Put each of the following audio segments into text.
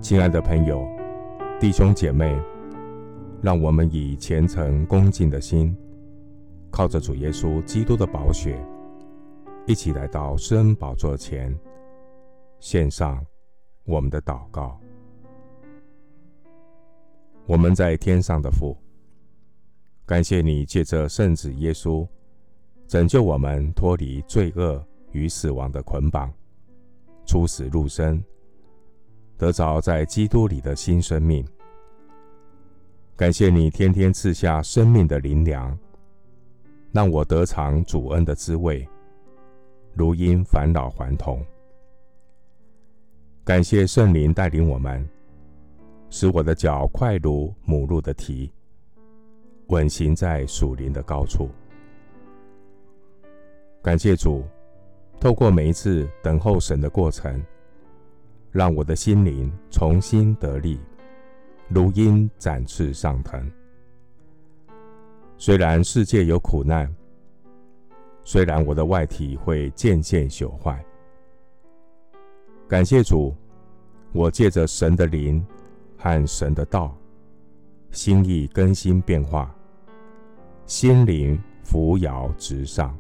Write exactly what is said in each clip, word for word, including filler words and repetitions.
亲爱的朋友、弟兄姐妹，让我们以虔诚恭敬的心，靠着主耶稣基督的宝血，一起来到施恩宝座前，献上我们的祷告。我们在天上的父，感谢你借着圣子耶稣，拯救我们脱离罪恶与死亡的捆绑，出死入生，得着在基督里的新生命。感谢你天天赐下生命的灵粮，让我得尝主恩的滋味，如因返老还童。感谢圣灵带领我们，使我的脚快如母鹿的蹄，稳行在属灵的高处。感谢主，透过每一次等候神的过程，让我的心灵重新得力，如鹰展翅上腾。虽然世界有苦难，虽然我的外体会渐渐朽坏，感谢主，我借着神的灵和神的道，心意更新变化，心灵扶摇直上。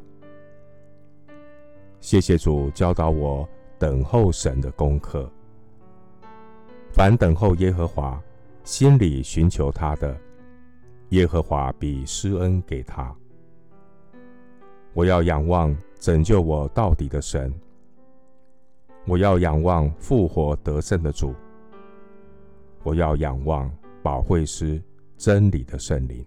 谢谢主教导我等候神的功课。凡等候耶和华，心里寻求他的，耶和华必施恩给他。我要仰望拯救我到底的神，我要仰望复活得胜的主，我要仰望保惠师真理的圣灵。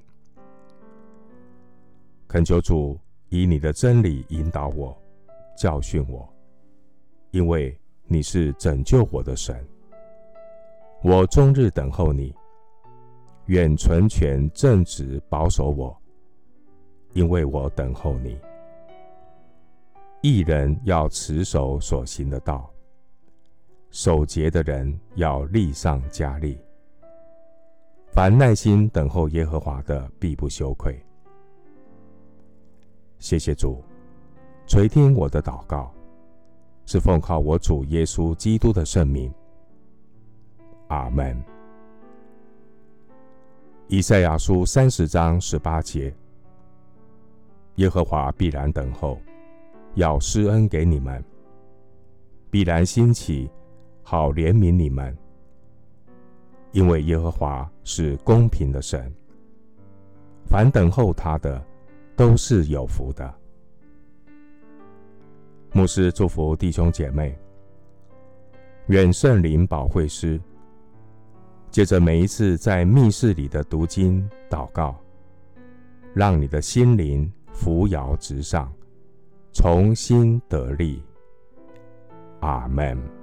恳求主以你的真理引导我，教训我，因为你是拯救我的神。我终日等候你，愿纯全正直保守我，因为我等候你。义人要持守所行的道，守节的人要力上加力。凡耐心等候耶和华的，必不羞愧。谢谢主垂听我的祷告，是奉靠我主耶稣基督的圣名。阿们。以赛亚书三十章十八节：耶和华必然等候，要施恩给你们，必然兴起，好怜悯你们。因为耶和华是公平的神，凡等候他的，都是有福的。牧师祝福弟兄姐妹，愿圣灵保惠师借着每一次在密室里的读经祷告，让你的心灵扶摇直上，重新得力。阿们。